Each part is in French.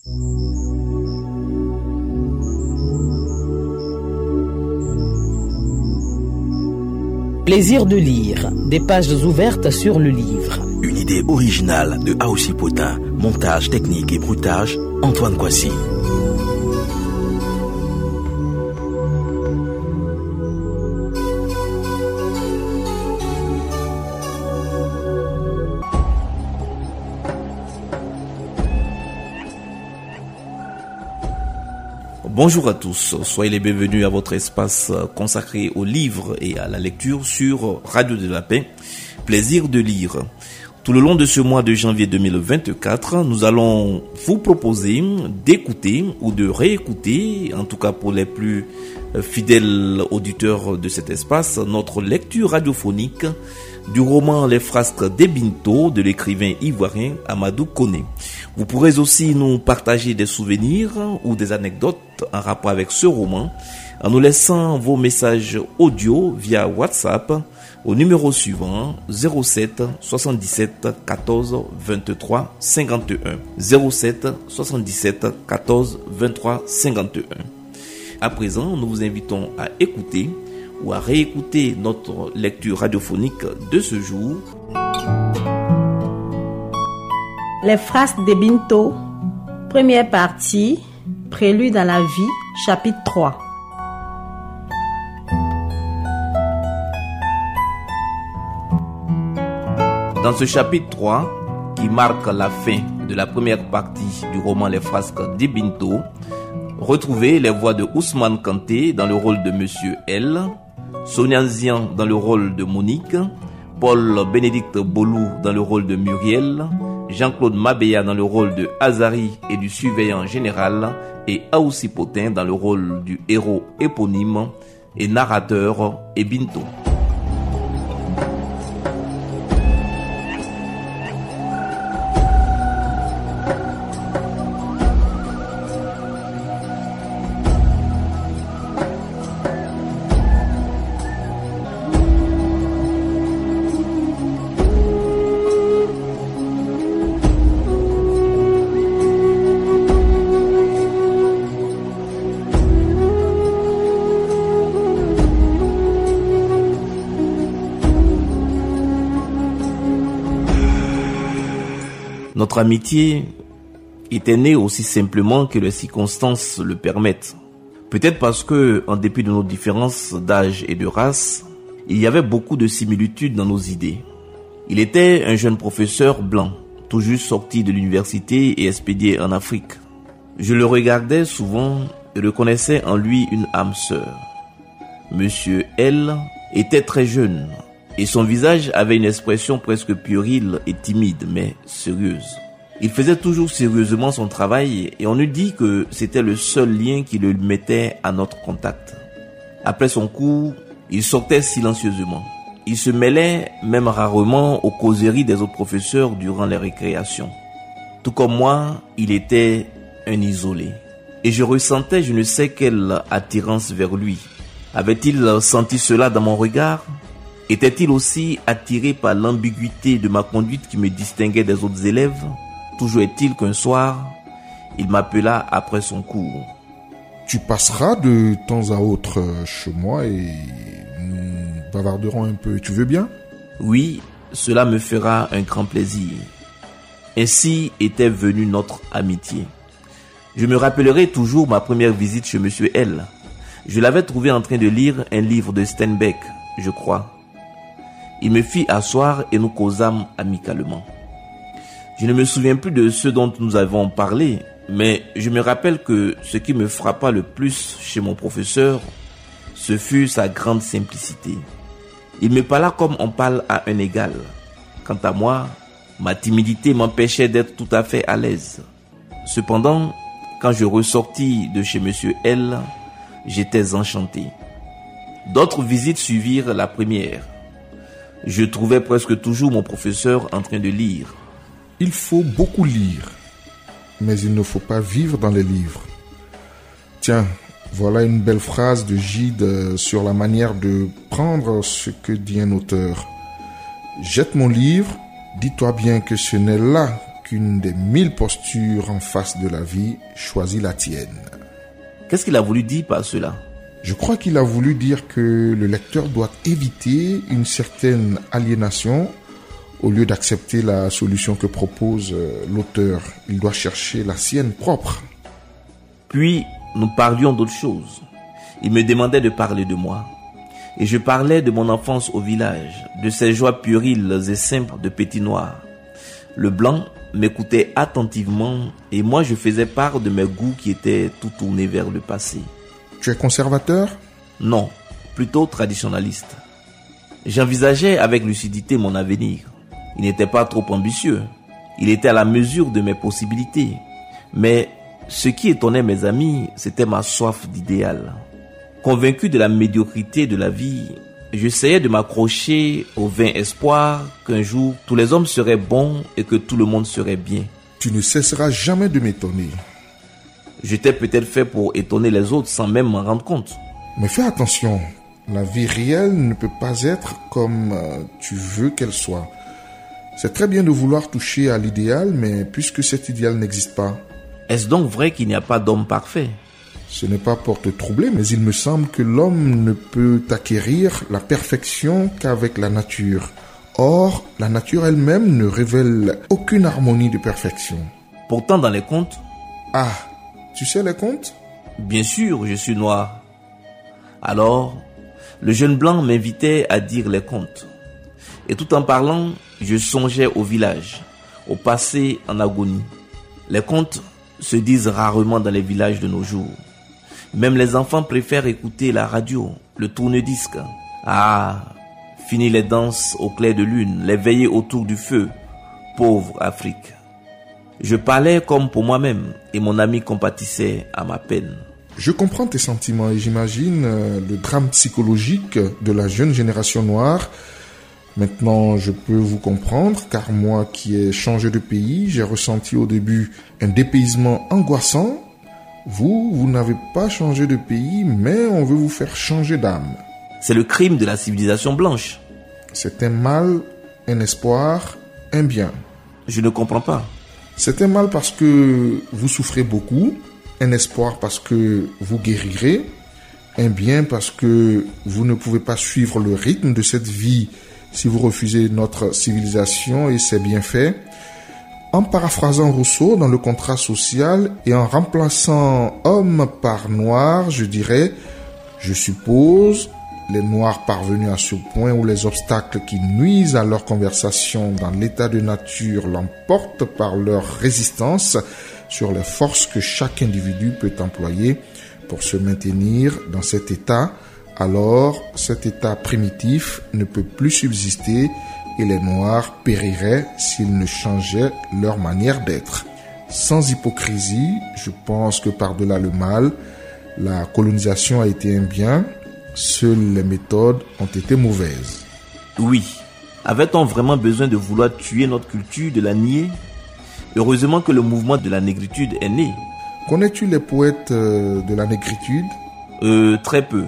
Plaisir de lire, des pages ouvertes sur le livre. Une idée originale de Aoussi Potin, montage technique et bruitage, Antoine Kwasi. Bonjour à tous, soyez les bienvenus à votre espace consacré aux livres et à la lecture sur Radio de la Paix, Plaisir de lire. Tout le long de ce mois de janvier 2024, nous allons vous proposer d'écouter ou de réécouter, en tout cas pour les plus fidèles auditeurs de cet espace, notre lecture radiophonique du roman Les Frasques d'Ebinto de l'écrivain ivoirien Amadou Koné. Vous pourrez aussi nous partager des souvenirs ou des anecdotes en rapport avec ce roman en nous laissant vos messages audio via WhatsApp au numéro suivant 07 77 14 23 51 07 77 14 23 51. À présent, nous vous invitons à écouter ou à réécouter notre lecture radiophonique de ce jour. Les Frasques d'Ebinto, première partie, Prélude à la vie, chapitre 3. Dans ce chapitre 3, qui marque la fin de la première partie du roman Les Frasques d'Ebinto, retrouvez les voix de Ousmane Kanté dans le rôle de Monsieur L, Sonia Nzian dans le rôle de Monique, Paul-Bénédicte Bolou dans le rôle de Muriel, Jean-Claude Mabéa dans le rôle de Azari et du surveillant général, et Aoussi Potin dans le rôle du héros éponyme et narrateur Ebinto. Notre amitié était née aussi simplement que les circonstances le permettent. Peut-être parce que, en dépit de nos différences d'âge et de race, il y avait beaucoup de similitudes dans nos idées. Il était un jeune professeur blanc, tout juste sorti de l'université et expédié en Afrique. Je le regardais souvent et reconnaissais en lui une âme sœur. Monsieur L était très jeune et son visage avait une expression presque puérile et timide, mais sérieuse. Il faisait toujours sérieusement son travail et on eût dit que c'était le seul lien qui le mettait à notre contact. Après son cours, il sortait silencieusement. Il se mêlait même rarement aux causeries des autres professeurs durant les récréations. Tout comme moi, il était un isolé. Et je ressentais je ne sais quelle attirance vers lui. Avait-il senti cela dans mon regard ? Était-il aussi attiré par l'ambiguïté de ma conduite qui me distinguait des autres élèves ? Toujours est-il qu'un soir, il m'appela après son cours. Tu passeras de temps à autre chez moi et nous bavarderons un peu. Tu veux bien ? Oui, cela me fera un grand plaisir. Ainsi était venue notre amitié. Je me rappellerai toujours ma première visite chez Monsieur L. Je l'avais trouvé en train de lire un livre de Steinbeck, je crois. Il me fit asseoir et nous causâmes amicalement. Je ne me souviens plus de ce dont nous avons parlé, mais je me rappelle que ce qui me frappa le plus chez mon professeur, ce fut sa grande simplicité. Il me parla comme on parle à un égal. Quant à moi, ma timidité m'empêchait d'être tout à fait à l'aise. Cependant, quand je ressortis de chez Monsieur L, j'étais enchanté. D'autres visites suivirent la première. Je trouvais presque toujours mon professeur en train de lire. Il faut beaucoup lire, mais il ne faut pas vivre dans les livres. Tiens, voilà une belle phrase de Gide sur la manière de prendre ce que dit un auteur. Jette mon livre, dis-toi bien que ce n'est là qu'une des 1000 postures en face de la vie, choisis la tienne. Qu'est-ce qu'il a voulu dire par cela? Je crois qu'il a voulu dire que le lecteur doit éviter une certaine aliénation au lieu d'accepter la solution que propose l'auteur. Il doit chercher la sienne propre. Puis, nous parlions d'autre chose. Il me demandait de parler de moi. Et je parlais de mon enfance au village, de ces joies puériles et simples de Petit Noir. Le blanc m'écoutait attentivement et moi je faisais part de mes goûts qui étaient tout tournés vers le passé. Tu es conservateur? Non, plutôt traditionnaliste. J'envisageais avec lucidité mon avenir. Il n'était pas trop ambitieux. Il était à la mesure de mes possibilités. Mais ce qui étonnait mes amis, c'était ma soif d'idéal. Convaincu de la médiocrité de la vie, j'essayais de m'accrocher au vain espoir qu'un jour tous les hommes seraient bons et que tout le monde serait bien. Tu ne cesseras jamais de m'étonner. J'étais peut-être fait pour étonner les autres sans même m'en rendre compte. Mais fais attention, la vie réelle ne peut pas être comme tu veux qu'elle soit. C'est très bien de vouloir toucher à l'idéal, mais puisque cet idéal n'existe pas. Est-ce donc vrai qu'il n'y a pas d'homme parfait? Ce n'est pas pour te troubler, mais il me semble que l'homme ne peut acquérir la perfection qu'avec la nature. Or, la nature elle-même ne révèle aucune harmonie de perfection. Pourtant, dans les contes... Ah, tu sais les contes? Bien sûr, je suis noir. Alors, le jeune blanc m'invitait à dire les contes. Et tout en parlant, je songeais au village, au passé en agonie. Les contes se disent rarement dans les villages de nos jours. Même les enfants préfèrent écouter la radio, le tourne-disque. Ah, fini les danses au clair de lune, les veillées autour du feu. Pauvre Afrique. Je parlais comme pour moi-même et mon ami compatissait à ma peine. Je comprends tes sentiments et j'imagine le drame psychologique de la jeune génération noire. Maintenant, je peux vous comprendre car moi qui ai changé de pays, j'ai ressenti au début un dépaysement angoissant. Vous n'avez pas changé de pays, mais on veut vous faire changer d'âme. C'est le crime de la civilisation blanche. C'est un mal, un espoir, un bien. Je ne comprends pas. C'est un mal parce que vous souffrez beaucoup, un espoir parce que vous guérirez, un bien parce que vous ne pouvez pas suivre le rythme de cette vie si vous refusez notre civilisation et ses bienfaits. En paraphrasant Rousseau dans le contrat social et en remplaçant homme par noir, je dirais, je suppose, les noirs parvenus à ce point où les obstacles qui nuisent à leur conversation dans l'état de nature l'emportent par leur résistance sur les forces que chaque individu peut employer pour se maintenir dans cet état. Alors, cet état primitif ne peut plus subsister et les Noirs périraient s'ils ne changeaient leur manière d'être. Sans hypocrisie, je pense que par-delà le mal, la colonisation a été un bien, seules les méthodes ont été mauvaises. Oui. Avait-on vraiment besoin de vouloir tuer notre culture, de la nier? Heureusement que le mouvement de la négritude est né. Connais-tu les poètes de la négritude? Très peu.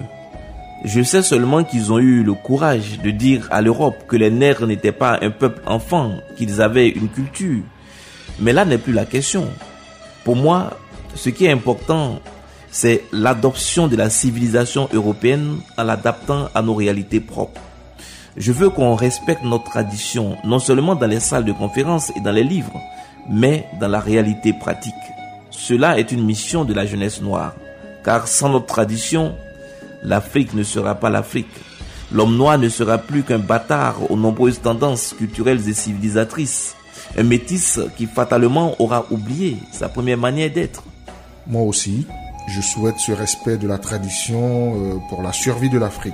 Je sais seulement qu'ils ont eu le courage de dire à l'Europe que les nègres n'étaient pas un peuple enfant, qu'ils avaient une culture. Mais là n'est plus la question. Pour moi, ce qui est important, c'est l'adoption de la civilisation européenne en l'adaptant à nos réalités propres. Je veux qu'on respecte notre tradition, non seulement dans les salles de conférence et dans les livres, mais dans la réalité pratique. Cela est une mission de la jeunesse noire, car sans notre tradition, l'Afrique ne sera pas l'Afrique. L'homme noir ne sera plus qu'un bâtard aux nombreuses tendances culturelles et civilisatrices. Un métis qui fatalement aura oublié sa première manière d'être. Moi aussi, je souhaite ce respect de la tradition pour la survie de l'Afrique.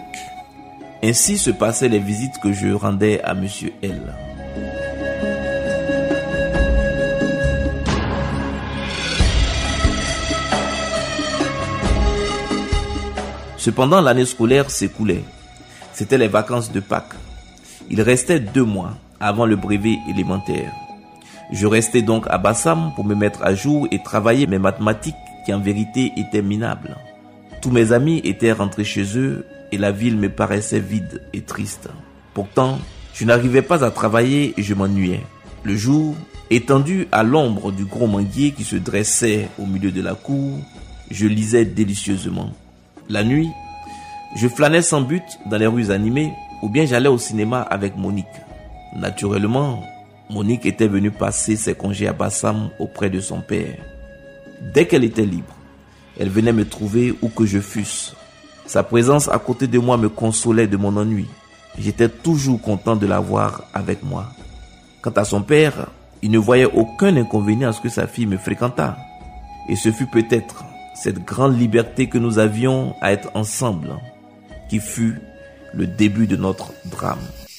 Ainsi se passaient les visites que je rendais à Monsieur L. Cependant, l'année scolaire s'écoulait. C'était les vacances de Pâques. Il restait 2 mois avant le brevet élémentaire. Je restais donc à Bassam pour me mettre à jour et travailler mes mathématiques qui en vérité étaient minables. Tous mes amis étaient rentrés chez eux et la ville me paraissait vide et triste. Pourtant, je n'arrivais pas à travailler et je m'ennuyais. Le jour, étendu à l'ombre du gros manguier qui se dressait au milieu de la cour, je lisais délicieusement. La nuit, je flânais sans but dans les rues animées ou bien j'allais au cinéma avec Monique. Naturellement, Monique était venue passer ses congés à Bassam auprès de son père. Dès qu'elle était libre, elle venait me trouver où que je fusse. Sa présence à côté de moi me consolait de mon ennui. J'étais toujours content de la voir avec moi. Quant à son père, il ne voyait aucun inconvénient à ce que sa fille me fréquentât. Et ce fut peut-être cette grande liberté que nous avions à être ensemble qui fut le début de notre drame.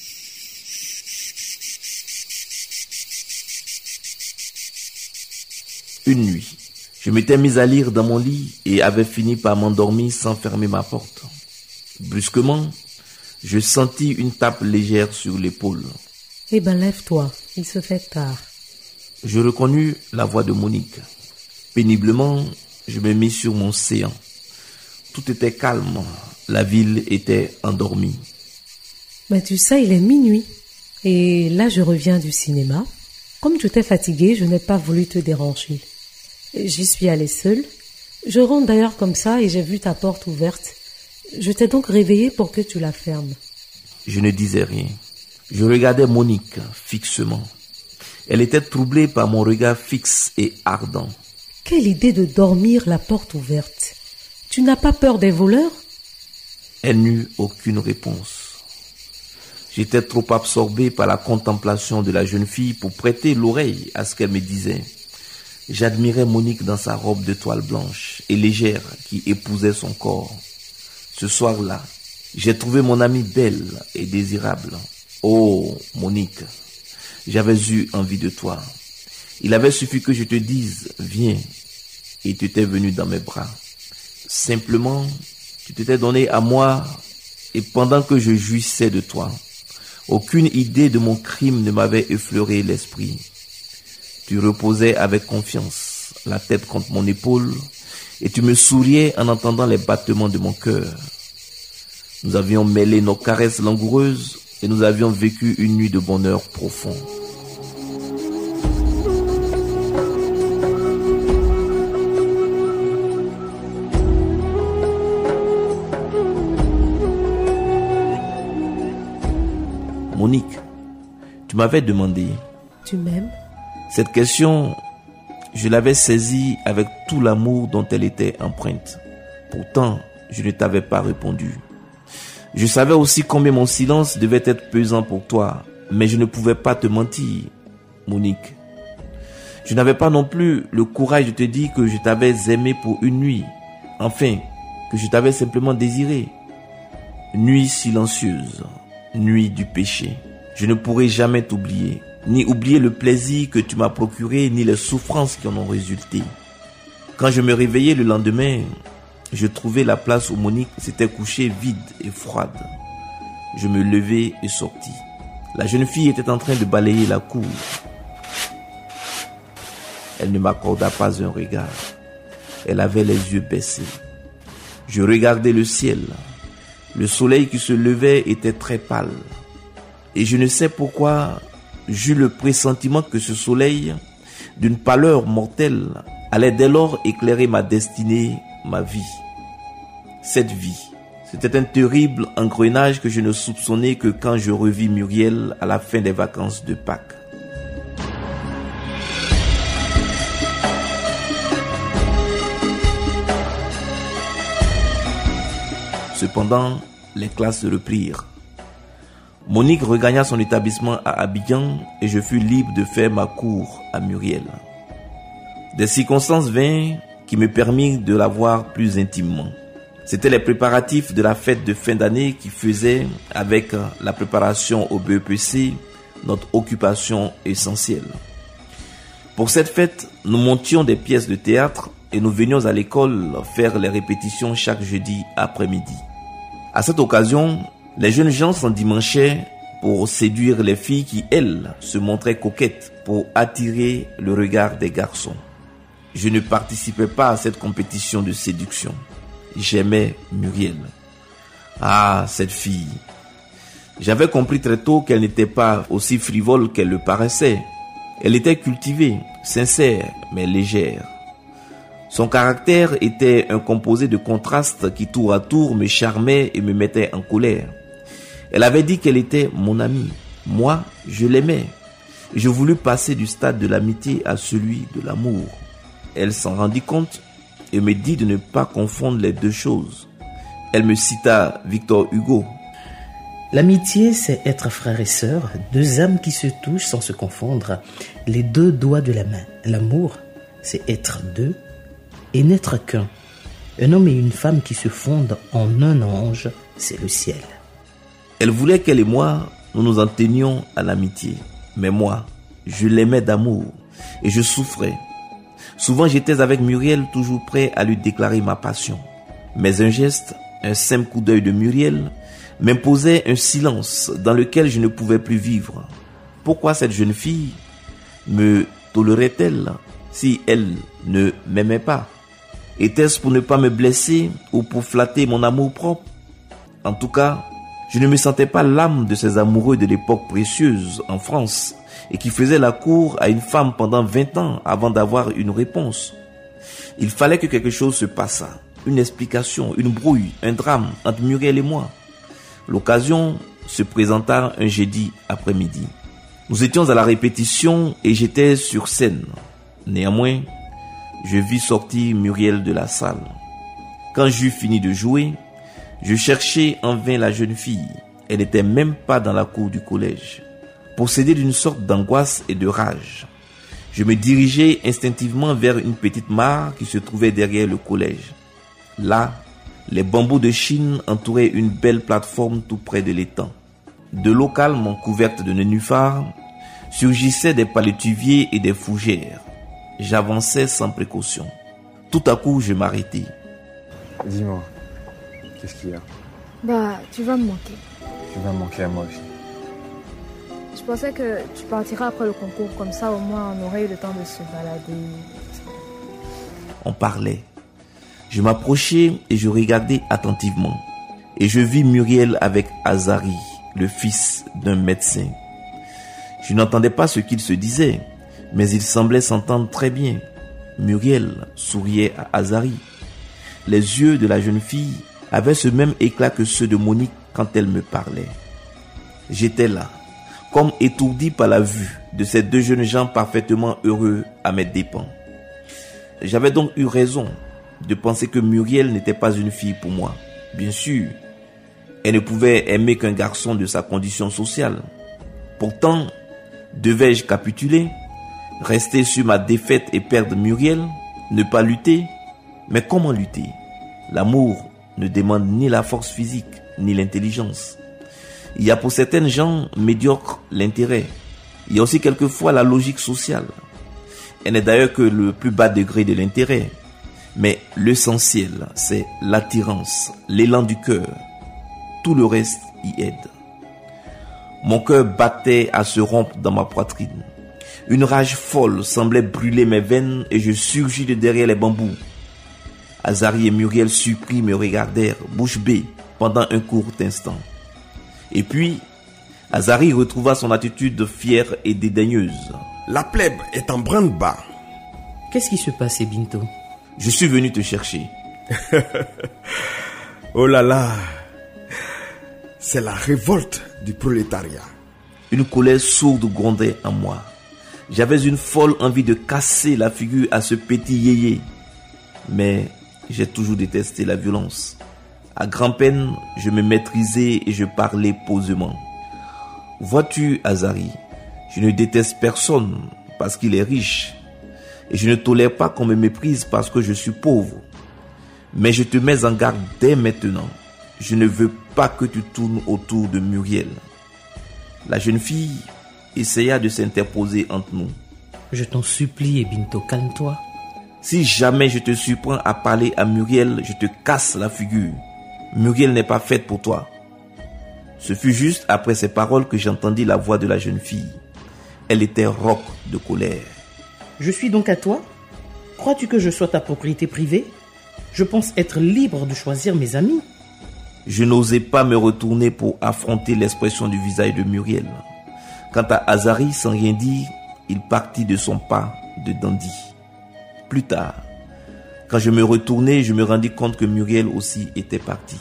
Une nuit, je m'étais mis à lire dans mon lit et avais fini par m'endormir sans fermer ma porte. Brusquement, je sentis une tape légère sur l'épaule. Eh ben, lève-toi, il se fait tard. Je reconnus la voix de Monique. Péniblement, je me mis sur mon séant. Tout était calme, la ville était endormie. Mais tu sais, il est minuit. Et là, je reviens du cinéma. Comme tu étais fatigué, je n'ai pas voulu te déranger. J'y suis allée seule. Je rentre d'ailleurs comme ça et j'ai vu ta porte ouverte. Je t'ai donc réveillée pour que tu la fermes. Je ne disais rien. Je regardais Monique fixement. Elle était troublée par mon regard fixe et ardent. Quelle idée de dormir la porte ouverte. Tu n'as pas peur des voleurs? Elle n'eut aucune réponse. J'étais trop absorbé par la contemplation de la jeune fille pour prêter l'oreille à ce qu'elle me disait. J'admirais Monique dans sa robe de toile blanche et légère qui épousait son corps. Ce soir-là, j'ai trouvé mon amie belle et désirable. Oh, Monique, j'avais eu envie de toi. Il avait suffi que je te dise « Viens » et tu étais venu dans mes bras. Simplement, tu t'étais donné à moi et pendant que je jouissais de toi, aucune idée de mon crime ne m'avait effleuré l'esprit. Tu reposais avec confiance, la tête contre mon épaule, et tu me souriais en entendant les battements de mon cœur. Nous avions mêlé nos caresses langoureuses et nous avions vécu une nuit de bonheur profond. Monique, tu m'avais demandé... Tu m'aimes? Cette question, je l'avais saisie avec tout l'amour dont elle était empreinte. Pourtant, je ne t'avais pas répondu. Je savais aussi combien mon silence devait être pesant pour toi, mais je ne pouvais pas te mentir, Monique. Je n'avais pas non plus le courage de te dire que je t'avais aimé pour une nuit, enfin, que je t'avais simplement désiré. Nuit silencieuse, nuit du péché. Je ne pourrai jamais t'oublier, ni oublier le plaisir que tu m'as procuré, ni les souffrances qui en ont résulté. Quand je me réveillais le lendemain, je trouvais la place où Monique s'était couchée vide et froide. Je me levai et sortis. La jeune fille était en train de balayer la cour. Elle ne m'accorda pas un regard. Elle avait les yeux baissés. Je regardais le ciel. Le soleil qui se levait était très pâle. Et je ne sais pourquoi, j'eus le pressentiment que ce soleil, d'une pâleur mortelle, allait dès lors éclairer ma destinée, ma vie. Cette vie, c'était un terrible engrenage que je ne soupçonnais que quand je revis Muriel à la fin des vacances de Pâques. Cependant, les classes reprirent. Monique regagna son établissement à Abidjan et je fus libre de faire ma cour à Muriel. Des circonstances vinrent qui me permirent de la voir plus intimement. C'étaient les préparatifs de la fête de fin d'année qui faisaient, avec la préparation au BEPC, notre occupation essentielle. Pour cette fête, nous montions des pièces de théâtre et nous venions à l'école faire les répétitions chaque jeudi après-midi. À cette occasion, les jeunes gens s'endimanchaient pour séduire les filles qui, elles, se montraient coquettes pour attirer le regard des garçons. Je ne participais pas à cette compétition de séduction. J'aimais Muriel. Ah, cette fille. J'avais compris très tôt qu'elle n'était pas aussi frivole qu'elle le paraissait. Elle était cultivée, sincère, mais légère. Son caractère était un composé de contrastes qui tour à tour me charmait et me mettait en colère. Elle avait dit qu'elle était mon amie. Moi, je l'aimais. Je voulus passer du stade de l'amitié à celui de l'amour. Elle s'en rendit compte et me dit de ne pas confondre les deux choses. Elle me cita Victor Hugo. L'amitié, c'est être frère et sœur, deux âmes qui se touchent sans se confondre, les deux doigts de la main. L'amour, c'est être deux et n'être qu'un. Un homme et une femme qui se fondent en un ange, c'est le ciel. Elle voulait qu'elle et moi, nous nous en tenions à l'amitié. Mais moi, je l'aimais d'amour et je souffrais. Souvent, j'étais avec Muriel, toujours prêt à lui déclarer ma passion. Mais un geste, un simple coup d'œil de Muriel m'imposait un silence dans lequel je ne pouvais plus vivre. Pourquoi cette jeune fille me tolérait-elle si elle ne m'aimait pas? Était-ce pour ne pas me blesser ou pour flatter mon amour propre? En tout cas, je ne me sentais pas l'âme de ces amoureux de l'époque précieuse en France et qui faisaient la cour à une femme pendant 20 ans avant d'avoir une réponse. Il fallait que quelque chose se passât, une explication, une brouille, un drame entre Muriel et moi. L'occasion se présenta un jeudi après-midi. Nous étions à la répétition et j'étais sur scène. Néanmoins, je vis sortir Muriel de la salle. Quand j'eus fini de jouer, je cherchais en vain la jeune fille. Elle n'était même pas dans la cour du collège. Possédé d'une sorte d'angoisse et de rage, je me dirigeais instinctivement vers une petite mare qui se trouvait derrière le collège. Là, les bambous de Chine entouraient une belle plateforme tout près de l'étang. De l'eau calme couverte de nénuphars surgissaient des palétuviers et des fougères. J'avançais sans précaution. Tout à coup, je m'arrêtai. Dis-moi, qu'est-ce qu'il y a? Tu vas me manquer. Tu vas me manquer à moi aussi. Je pensais que tu partiras après le concours, comme ça au moins on aurait eu le temps de se balader. On parlait. Je m'approchai et je regardai attentivement. Et je vis Muriel avec Azari, le fils d'un médecin. Je n'entendais pas ce qu'ils se disaient, mais ils semblaient s'entendre très bien. Muriel souriait à Azari. Les yeux de la jeune fille avaient ce même éclat que ceux de Monique quand elle me parlait. J'étais là, comme étourdi par la vue de ces deux jeunes gens parfaitement heureux à mes dépens. J'avais donc eu raison de penser que Muriel n'était pas une fille pour moi. Bien sûr, elle ne pouvait aimer qu'un garçon de sa condition sociale. Pourtant, devais-je capituler, rester sur ma défaite et perdre Muriel, ne pas lutter? Mais comment lutter? L'amour ne demande ni la force physique, ni l'intelligence. Il y a pour certaines gens médiocres l'intérêt. Il y a aussi quelquefois la logique sociale. Elle n'est d'ailleurs que le plus bas degré de l'intérêt. Mais l'essentiel, c'est l'attirance, l'élan du cœur. Tout le reste y aide. Mon cœur battait à se rompre dans ma poitrine. Une rage folle semblait brûler mes veines et je surgis de derrière les bambous. Azari et Muriel surpris me regardèrent, bouche bée, pendant un court instant. Et puis, Azari retrouva son attitude fière et dédaigneuse. La plèbe est en branle-bas. Qu'est-ce qui se passait, Binto? Je suis venu te chercher. Oh là là, c'est la révolte du prolétariat. Une colère sourde grondait en moi. J'avais une folle envie de casser la figure à ce petit yéyé. Mais j'ai toujours détesté la violence. À grand-peine, je me maîtrisais et je parlais posément. Vois-tu, Azari, je ne déteste personne parce qu'il est riche. Et je ne tolère pas qu'on me méprise parce que je suis pauvre. Mais je te mets en garde dès maintenant. Je ne veux pas que tu tournes autour de Muriel. La jeune fille essaya de s'interposer entre nous. Je t'en supplie, Binto, calme-toi. Si jamais je te surprends à parler à Muriel, je te casse la figure. Muriel n'est pas faite pour toi. Ce fut juste après ces paroles que j'entendis la voix de la jeune fille. Elle était rauque de colère. Je suis donc à toi? Crois-tu que je sois ta propriété privée? Je pense être libre de choisir mes amis. Je n'osais pas me retourner pour affronter l'expression du visage de Muriel. Quant à Azari, sans rien dire, il partit de son pas de dandy. Plus tard, quand je me retournai, je me rendis compte que Muriel aussi était partie.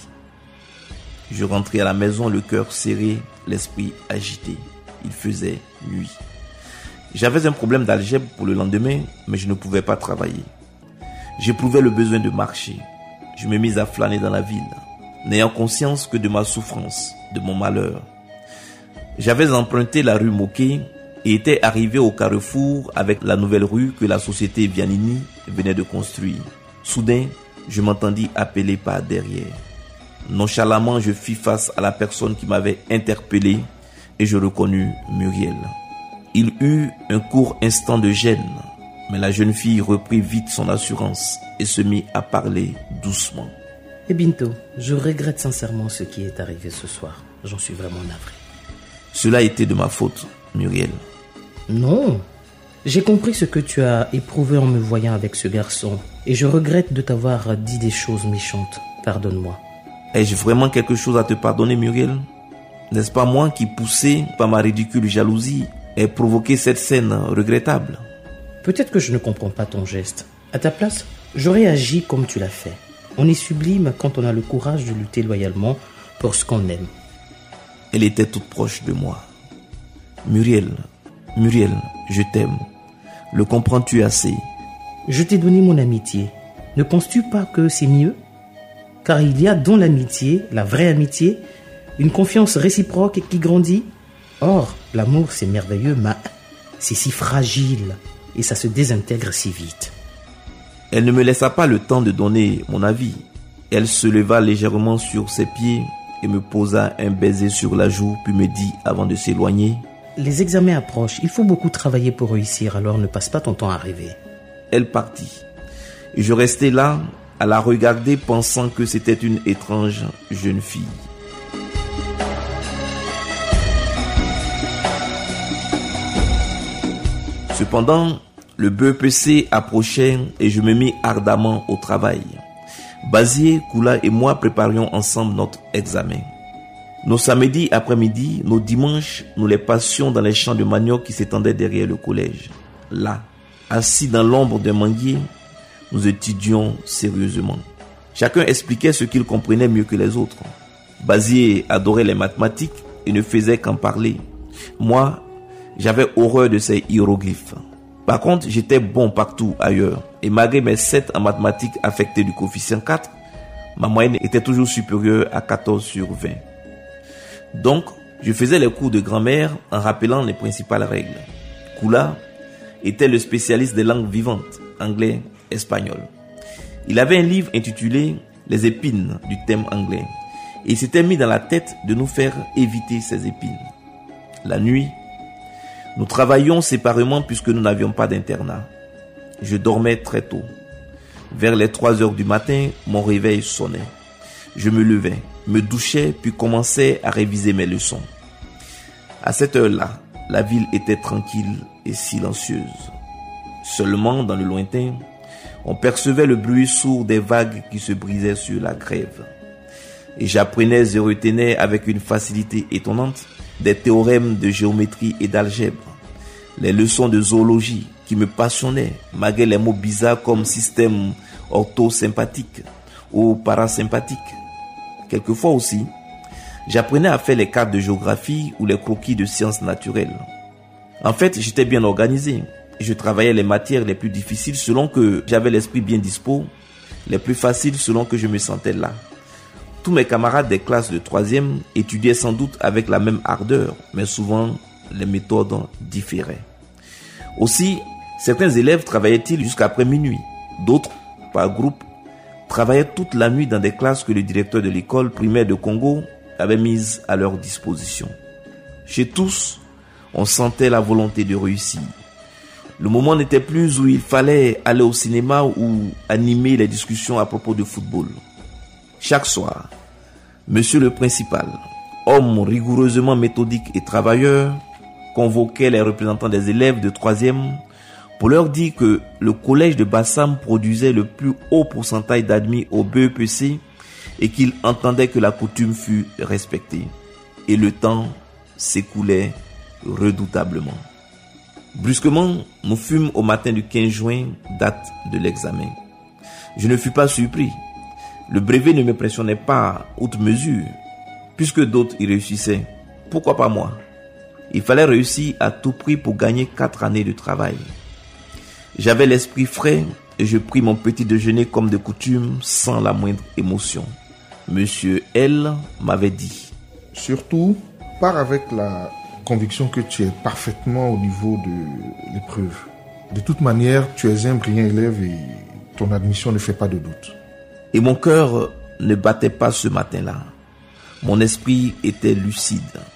Je rentrai à la maison, le cœur serré, l'esprit agité. Il faisait nuit. J'avais un problème d'algèbre pour le lendemain, mais je ne pouvais pas travailler. J'éprouvais le besoin de marcher. Je me mis à flâner dans la ville, n'ayant conscience que de ma souffrance, de mon malheur. J'avais emprunté la rue Moquet et était arrivé au carrefour avec la nouvelle rue que la société Vianini venait de construire. Soudain, je m'entendis appeler par derrière. Nonchalamment, je fis face à la personne qui m'avait interpellé et je reconnus Muriel. Il eut un court instant de gêne, mais la jeune fille reprit vite son assurance et se mit à parler doucement. Binto, je regrette sincèrement ce qui est arrivé ce soir. J'en suis vraiment navré. Cela était de ma faute, Muriel. Non, j'ai compris ce que tu as éprouvé en me voyant avec ce garçon et je regrette de t'avoir dit des choses méchantes. Pardonne-moi. Ai-je vraiment quelque chose à te pardonner, Muriel? N'est-ce pas moi qui, poussé par ma ridicule jalousie, ai provoqué cette scène regrettable? Peut-être que je ne comprends pas ton geste. À ta place, j'aurais agi comme tu l'as fait. On est sublime quand on a le courage de lutter loyalement pour ce qu'on aime. Elle était toute proche de moi. Muriel, je t'aime. Le comprends-tu assez? Je t'ai donné mon amitié. Ne penses-tu pas que c'est mieux? Car il y a dans l'amitié, la vraie amitié, une confiance réciproque qui grandit. Or, l'amour c'est merveilleux, mais c'est si fragile et ça se désintègre si vite. Elle ne me laissa pas le temps de donner mon avis. Elle se leva légèrement sur ses pieds et me posa un baiser sur la joue, puis me dit avant de s'éloigner: les examens approchent, il faut beaucoup travailler pour réussir, alors ne passe pas ton temps à rêver. Elle partit. Et je restai là, à la regarder, pensant que c'était une étrange jeune fille. Cependant, le BEPC approchait et je me mis ardemment au travail. Bazier, Koula et moi préparions ensemble notre examen. Nos samedis après-midi, nos dimanches, nous les passions dans les champs de manioc qui s'étendaient derrière le collège. Là, assis dans l'ombre d'un manguier, nous étudions sérieusement. Chacun expliquait ce qu'il comprenait mieux que les autres. Bazier adorait les mathématiques et ne faisait qu'en parler. Moi, j'avais horreur de ces hiéroglyphes. Par contre, j'étais bon partout ailleurs. Et malgré mes 7 en mathématiques affectées du coefficient 4, ma moyenne était toujours supérieure à 14 sur 20. Donc, je faisais les cours de grammaire en rappelant les principales règles. Koula était le spécialiste des langues vivantes, anglais, espagnol. Il avait un livre intitulé « Les épines » du thème anglais. Et il s'était mis dans la tête de nous faire éviter ces épines. La nuit, nous travaillions séparément puisque nous n'avions pas d'internat. Je dormais très tôt. Vers les 3 heures du matin, mon réveil sonnait. Je me levais, me douchais, puis commençais à réviser mes leçons. À cette heure-là, la ville était tranquille et silencieuse. Seulement, dans le lointain, on percevait le bruit sourd des vagues qui se brisaient sur la grève. Et j'apprenais et retenais avec une facilité étonnante des théorèmes de géométrie et d'algèbre, les leçons de zoologie qui me passionnaient, malgré les mots bizarres comme système orthosympathique ou parasympathique. Quelquefois aussi, j'apprenais à faire les cartes de géographie ou les croquis de sciences naturelles. En fait, j'étais bien organisé. Je travaillais les matières les plus difficiles selon que j'avais l'esprit bien dispo, les plus faciles selon que je me sentais là. Tous mes camarades des classes de 3e étudiaient sans doute avec la même ardeur, mais souvent les méthodes différaient. Aussi, certains élèves travaillaient-ils jusqu'après minuit. D'autres, par groupe, travaillaient toute la nuit dans des classes que le directeur de l'école primaire de Congo avait mises à leur disposition. Chez tous, on sentait la volonté de réussir. Le moment n'était plus où il fallait aller au cinéma ou animer les discussions à propos de football. Chaque soir, monsieur le principal, homme rigoureusement méthodique et travailleur, convoquait les représentants des élèves de 3e pour leur dire que le collège de Bassam produisait le plus haut pourcentage d'admis au BEPC et qu'il entendait que la coutume fût respectée. Et le temps s'écoulait redoutablement. Brusquement, nous fûmes au matin du 15 juin, date de l'examen. Je ne fus pas surpris. Le brevet ne me pressionnait pas outre mesure, puisque d'autres y réussissaient. Pourquoi pas moi? Il fallait réussir à tout prix pour gagner 4 années de travail. J'avais l'esprit frais et je pris mon petit déjeuner comme de coutume, sans la moindre émotion. Monsieur L m'avait dit: Surtout, pars avec la conviction que tu es parfaitement au niveau de l'épreuve. De toute manière, tu es un brillant élève et ton admission ne fait pas de doute. Et mon cœur ne battait pas ce matin-là. Mon esprit était lucide.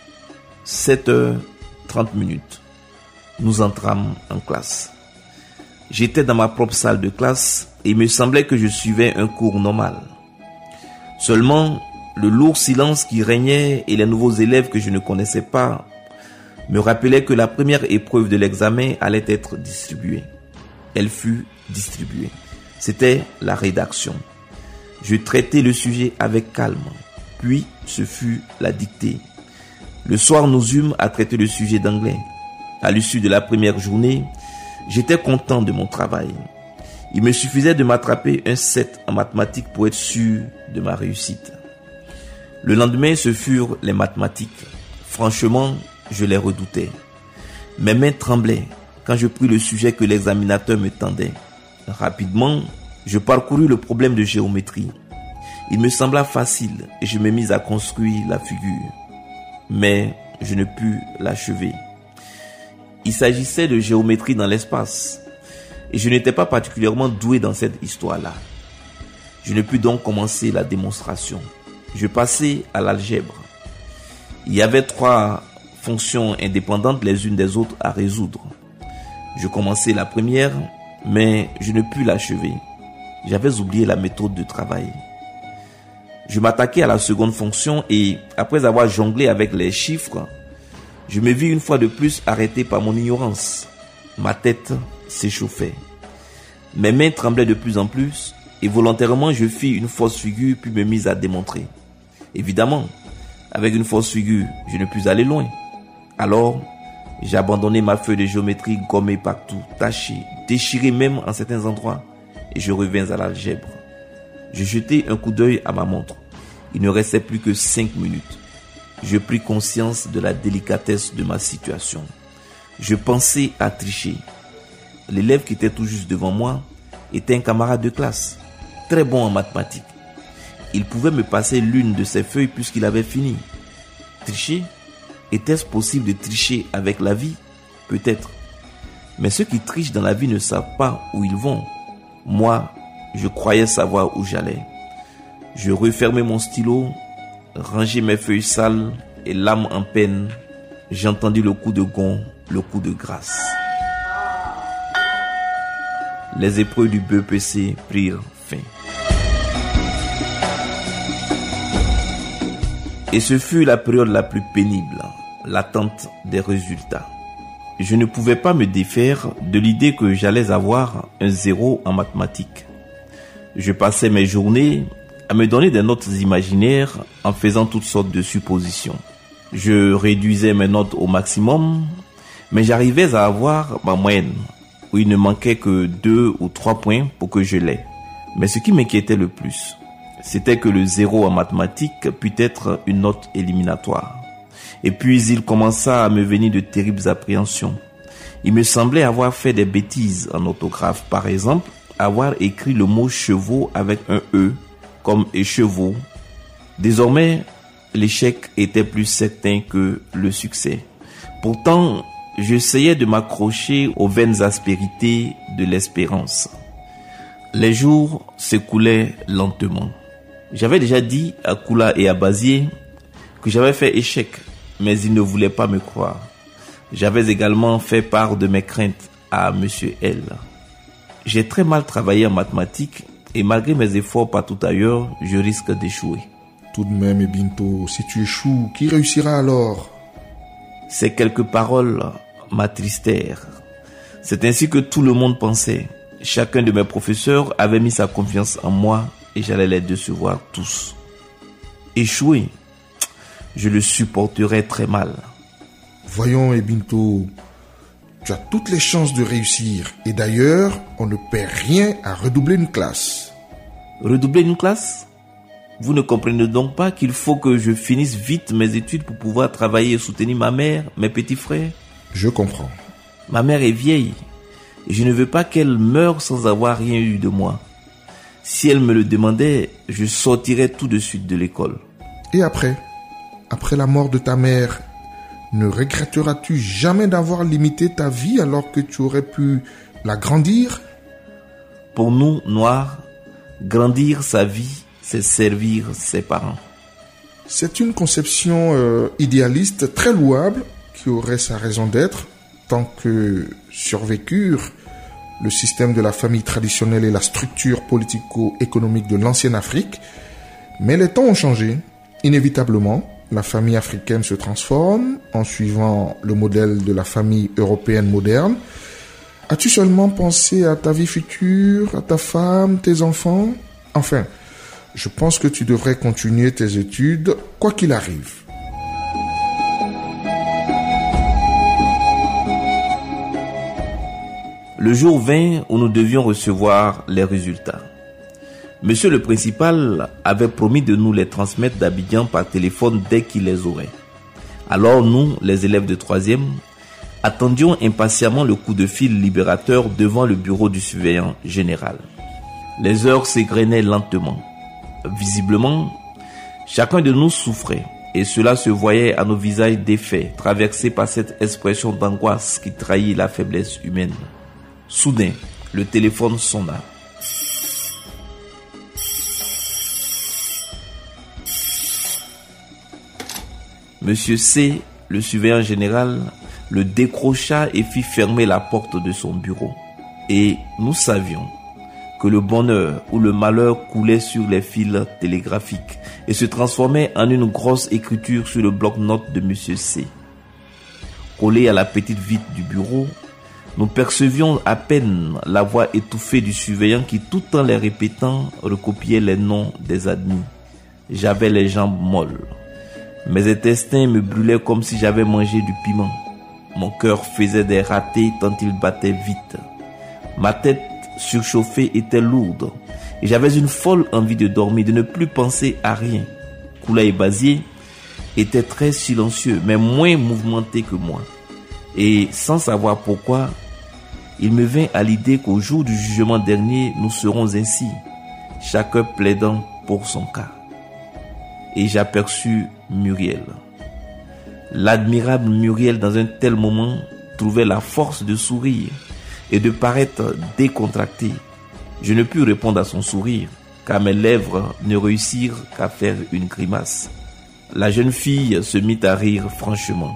7h30. Nous entrâmes en classe. J'étais dans ma propre salle de classe et il me semblait que je suivais un cours normal. Seulement, le lourd silence qui régnait et les nouveaux élèves que je ne connaissais pas me rappelaient que la première épreuve de l'examen allait être distribuée. Elle fut distribuée. C'était la rédaction. Je traitai le sujet avec calme. Puis, ce fut la dictée. Le soir, nous eûmes à traiter le sujet d'anglais. À l'issue de la première journée, j'étais content de mon travail. Il me suffisait de m'attraper un 7 en mathématiques pour être sûr de ma réussite. Le lendemain, ce furent les mathématiques. Franchement, je les redoutais. Mes mains tremblaient quand je pris le sujet que l'examinateur me tendait. Rapidement, je parcourus le problème de géométrie. Il me sembla facile et je me mis à construire la figure. Mais je ne pus l'achever. Il s'agissait de géométrie dans l'espace et je n'étais pas particulièrement doué dans cette histoire-là. Je ne pus donc commencer la démonstration. Je passai à l'algèbre. Il y avait 3 fonctions indépendantes les unes des autres à résoudre. Je commençai la première, mais je ne pus l'achever. J'avais oublié la méthode de travail. Je m'attaquai à la seconde fonction et, après avoir jonglé avec les chiffres, je me vis une fois de plus arrêté par mon ignorance. Ma tête s'échauffait. Mes mains tremblaient de plus en plus et volontairement je fis une fausse figure puis me mis à démontrer. Évidemment, avec une fausse figure, je ne pus aller loin. Alors, j'ai abandonné ma feuille de géométrie gommée partout, tachée, déchirée même en certains endroits et je revins à l'algèbre. Je jetai un coup d'œil à ma montre. Il ne restait plus que 5 minutes. Je pris conscience de la délicatesse de ma situation. Je pensais à tricher. L'élève qui était tout juste devant moi était un camarade de classe, très bon en mathématiques. Il pouvait me passer l'une de ses feuilles puisqu'il avait fini. Tricher? Était-ce possible de tricher avec la vie? Peut-être. Mais ceux qui trichent dans la vie ne savent pas où ils vont. Moi, je croyais savoir où j'allais. Je refermai mon stylo, rangeai mes feuilles sales et l'âme en peine, j'entendis le coup de gong, le coup de grâce. Les épreuves du BEPC prirent fin. Et ce fut la période la plus pénible, l'attente des résultats. Je ne pouvais pas me défaire de l'idée que j'allais avoir un 0 en mathématiques. Je passais mes journées à me donner des notes imaginaires en faisant toutes sortes de suppositions. Je réduisais mes notes au maximum, mais j'arrivais à avoir ma moyenne, où il ne manquait que 2 ou 3 points pour que je l'aie. Mais ce qui m'inquiétait le plus, c'était que le 0 en mathématiques pût être une note éliminatoire. Et puis il commença à me venir de terribles appréhensions. Il me semblait avoir fait des bêtises en orthographe, par exemple, avoir écrit le mot chevaux avec un E, comme écheveau. Désormais, l'échec était plus certain que le succès. Pourtant, j'essayais de m'accrocher aux vaines aspérités de l'espérance. Les jours s'écoulaient lentement. J'avais déjà dit à Koula et à Bazier que j'avais fait échec, mais ils ne voulaient pas me croire. J'avais également fait part de mes craintes à Monsieur L. J'ai très mal travaillé en mathématiques et malgré mes efforts partout ailleurs, je risque d'échouer. Tout de même, Ebinto, si tu échoues, qui réussira alors? Ces quelques paroles m'attristèrent. C'est ainsi que tout le monde pensait. Chacun de mes professeurs avait mis sa confiance en moi et j'allais les décevoir tous. Échouer, je le supporterais très mal. Voyons, Ebinto, Tu as toutes les chances de réussir. Et d'ailleurs, on ne perd rien à redoubler une classe. Redoubler une classe? Vous ne comprenez donc pas qu'il faut que je finisse vite mes études pour pouvoir travailler et soutenir ma mère, mes petits frères? Je comprends. Ma mère est vieille et je ne veux pas qu'elle meure sans avoir rien eu de moi. Si elle me le demandait, je sortirais tout de suite de l'école. Et après la mort de ta mère, ne regretteras-tu jamais d'avoir limité ta vie alors que tu aurais pu l'agrandir? Pour nous, Noirs, grandir sa vie, c'est servir ses parents. C'est une conception idéaliste très louable qui aurait sa raison d'être tant que survécurent le système de la famille traditionnelle et la structure politico-économique de l'ancienne Afrique. Mais les temps ont changé. Inévitablement, la famille africaine se transforme en suivant le modèle de la famille européenne moderne. As-tu seulement pensé à ta vie future, à ta femme, tes enfants? Enfin, je pense que tu devrais continuer tes études, quoi qu'il arrive. Le jour vint où nous devions recevoir les résultats. Monsieur le principal avait promis de nous les transmettre d'Abidjan par téléphone dès qu'il les aurait. Alors nous, les élèves de 3e, attendions impatiemment le coup de fil libérateur devant le bureau du surveillant général. Les heures s'égrenaient lentement. Visiblement, chacun de nous souffrait et cela se voyait à nos visages défaits, traversés par cette expression d'angoisse qui trahit la faiblesse humaine. Soudain, le téléphone sonna. Monsieur C, le surveillant général, le décrocha et fit fermer la porte de son bureau. Et nous savions que le bonheur ou le malheur coulait sur les fils télégraphiques et se transformait en une grosse écriture sur le bloc-notes de Monsieur C. Collé à la petite vitre du bureau, nous percevions à peine la voix étouffée du surveillant qui, tout en les répétant, recopiait les noms des admis. J'avais les jambes molles. Mes intestins me brûlaient comme si j'avais mangé du piment. Mon cœur faisait des ratés tant il battait vite. Ma tête surchauffée était lourde et j'avais une folle envie de dormir, de ne plus penser à rien. Koulaï Bazié était très silencieux, mais moins mouvementé que moi. Et sans savoir pourquoi, il me vint à l'idée qu'au jour du jugement dernier, nous serons ainsi, chacun plaidant pour son cas. Et j'aperçus Muriel. L'admirable Muriel, dans un tel moment, trouvait la force de sourire et de paraître décontractée. Je ne pus répondre à son sourire, car mes lèvres ne réussirent qu'à faire une grimace. La jeune fille se mit à rire franchement.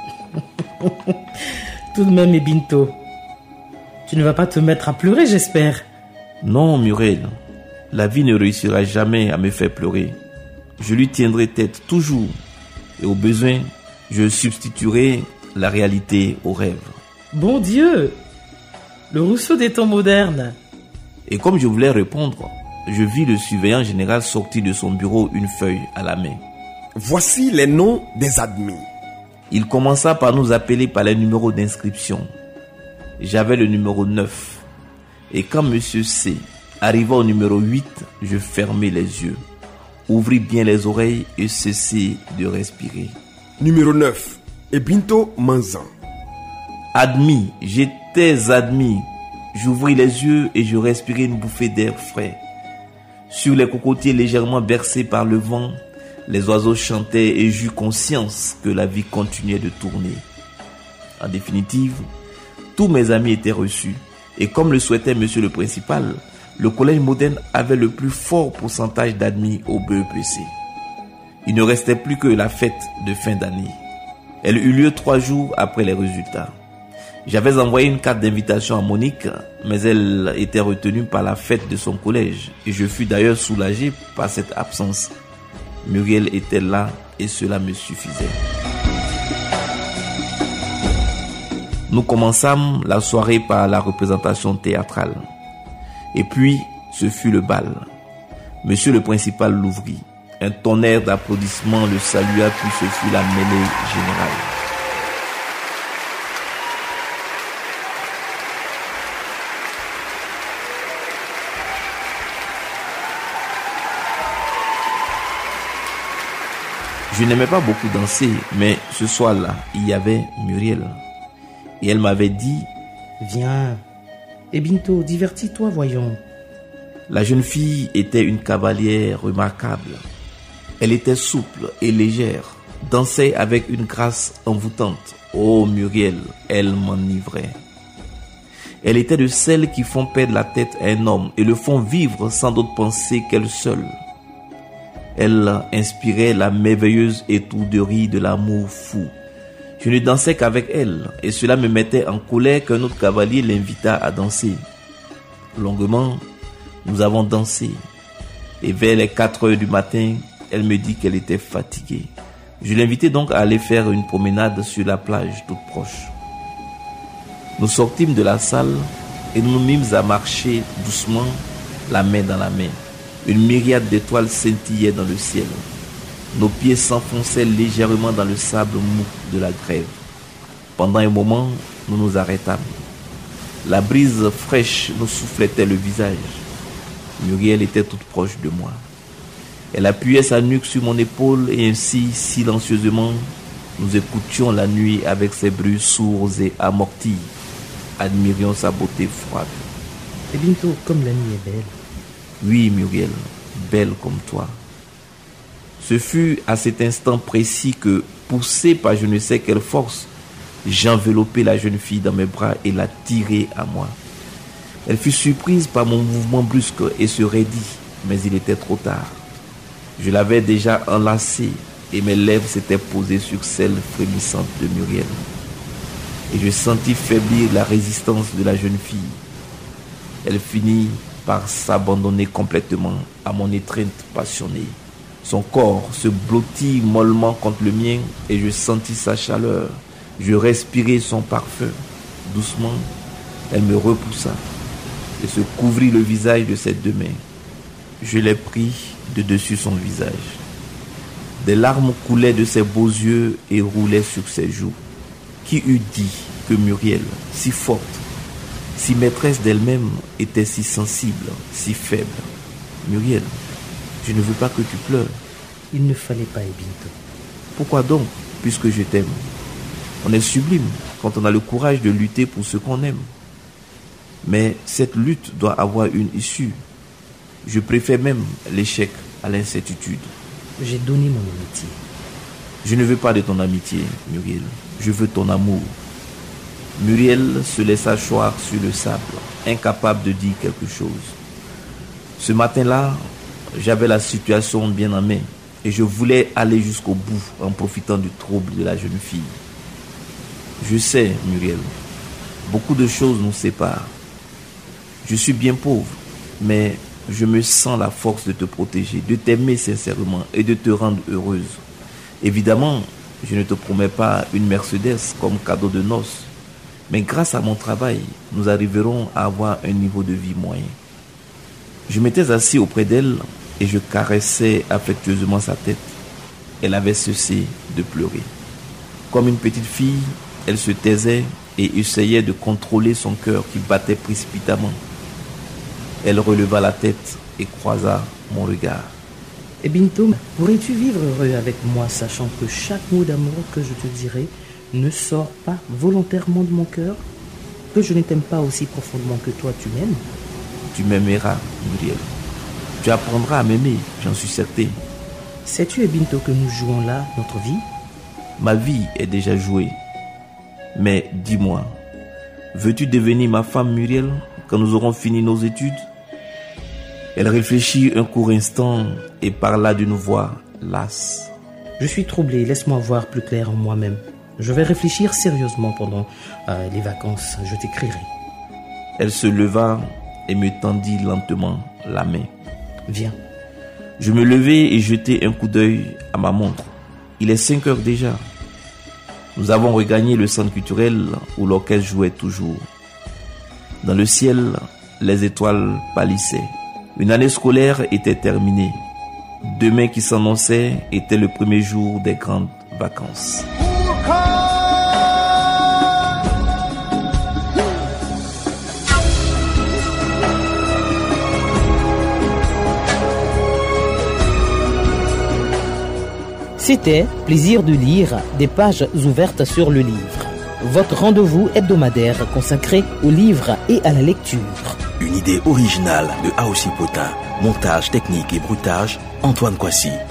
Tout de même, Ebinto, tu ne vas pas te mettre à pleurer, j'espère. Non, Muriel, la vie ne réussira jamais à me faire pleurer. Je lui tiendrai tête toujours et au besoin, je substituerai la réalité au rêve. Bon Dieu, le Rousseau des temps modernes. Et comme je voulais répondre, je vis le surveillant général sortir de son bureau une feuille à la main. Voici les noms des admis. Il commença par nous appeler par les numéros d'inscription. J'avais le numéro 9. Et quand Monsieur C arriva au numéro 8, je fermai les yeux, ouvris bien les oreilles et cessai de respirer. Numéro 9, Ebinto Manzan. Admis, j'étais admis. J'ouvris les yeux et je respirai une bouffée d'air frais. Sur les cocotiers légèrement bercés par le vent, les oiseaux chantaient et j'eus conscience que la vie continuait de tourner. En définitive, tous mes amis étaient reçus. Et comme le souhaitait monsieur le principal, le collège moderne avait le plus fort pourcentage d'admis au BEPC. Il ne restait plus que la fête de fin d'année. Elle eut lieu 3 jours après les résultats. J'avais envoyé une carte d'invitation à Monique, mais elle était retenue par la fête de son collège. Et je fus d'ailleurs soulagé par cette absence. Muriel était là et cela me suffisait. Nous commençâmes la soirée par la représentation théâtrale. Et puis, ce fut le bal. Monsieur le principal l'ouvrit. Un tonnerre d'applaudissements le salua, puis ce fut la mêlée générale. Je n'aimais pas beaucoup danser, mais ce soir-là, il y avait Muriel. Et elle m'avait dit, Viens. Et Binto, divertis-toi, voyons. La jeune fille était une cavalière remarquable. Elle était souple et légère, dansait avec une grâce envoûtante. Oh Muriel, elle m'enivrait. Elle était de celles qui font perdre la tête à un homme et le font vivre sans d'autre pensée qu'elle seule. Elle inspirait la merveilleuse étourderie de l'amour fou. Je ne dansais qu'avec elle et cela me mettait en colère qu'un autre cavalier l'invita à danser. Longuement, nous avons dansé et vers les 4 heures du matin, elle me dit qu'elle était fatiguée. Je l'invitai donc à aller faire une promenade sur la plage toute proche. Nous sortîmes de la salle et nous nous mîmes à marcher doucement, la main dans la main. Une myriade d'étoiles scintillait dans le ciel. Nos pieds s'enfonçaient légèrement dans le sable mou de la grève. Pendant un moment, nous nous arrêtâmes. La brise fraîche nous soufflétait le visage. Muriel était toute proche de moi. Elle appuyait sa nuque sur mon épaule et ainsi, silencieusement, nous écoutions la nuit avec ses bruits sourds et amortis. Admirions sa beauté froide. Et Binto, comme la nuit est belle. Oui, Muriel, belle comme toi. Ce fut à cet instant précis que, poussé par je ne sais quelle force, j'enveloppai la jeune fille dans mes bras et la tirai à moi. Elle fut surprise par mon mouvement brusque et se raidit, mais il était trop tard. Je l'avais déjà enlacée et mes lèvres s'étaient posées sur celles frémissantes de Muriel. Et je sentis faiblir la résistance de la jeune fille. Elle finit par s'abandonner complètement à mon étreinte passionnée. Son corps se blottit mollement contre le mien et je sentis sa chaleur. Je respirai son parfum. Doucement, elle me repoussa et se couvrit le visage de ses 2 mains. Je l'ai pris de dessus son visage. Des larmes coulaient de ses beaux yeux et roulaient sur ses joues. Qui eût dit que Muriel, si forte, si maîtresse d'elle-même, était si sensible, si faible? Muriel, je ne veux pas que tu pleures. Il ne fallait pas, Binto. Pourquoi donc, puisque je t'aime? On est sublime quand on a le courage de lutter pour ce qu'on aime. Mais cette lutte doit avoir une issue. Je préfère même l'échec à l'incertitude. J'ai donné mon amitié. Je ne veux pas de ton amitié, Muriel. Je veux ton amour. Muriel se laissa choir sur le sable, incapable de dire quelque chose. Ce matin-là, j'avais la situation bien en main et je voulais aller jusqu'au bout en profitant du trouble de la jeune fille. Je sais, Muriel, beaucoup de choses nous séparent. Je suis bien pauvre, mais je me sens la force de te protéger, de t'aimer sincèrement et de te rendre heureuse. Évidemment, je ne te promets pas une Mercedes comme cadeau de noces, mais grâce à mon travail, nous arriverons à avoir un niveau de vie moyen. Je m'étais assis auprès d'elle et je caressais affectueusement sa tête. Elle avait cessé de pleurer. Comme une petite fille, elle se taisait et essayait de contrôler son cœur qui battait précipitamment. Elle releva la tête et croisa mon regard. Et Binto, pourrais-tu vivre heureux avec moi, sachant que chaque mot d'amour que je te dirai ne sort pas volontairement de mon cœur? Que je ne t'aime pas aussi profondément que toi tu m'aimes? Tu m'aimeras, Muriel. Tu apprendras à m'aimer, j'en suis certain. Sais-tu, Binto, que nous jouons là notre vie? Ma vie est déjà jouée. Mais dis-moi, veux-tu devenir ma femme, Muriel, quand nous aurons fini nos études? Elle réfléchit un court instant et parla d'une voix lasse. Je suis troublé, laisse-moi voir plus clair en moi-même. Je vais réfléchir sérieusement pendant les vacances, je t'écrirai. Elle se leva et me tendit lentement la main. Viens. Je me levai et jetai un coup d'œil à ma montre. Il est 5 heures déjà. Nous avons regagné le centre culturel où l'orchestre jouait toujours. Dans le ciel, les étoiles pâlissaient. Une année scolaire était terminée. Demain qui s'annonçait était le premier jour des grandes vacances. C'était Plaisir de lire, des pages ouvertes sur le livre. Votre rendez-vous hebdomadaire consacré au livre et à la lecture. Une idée originale de Aousi Potin. Montage technique et bruitage, Antoine Kwasi.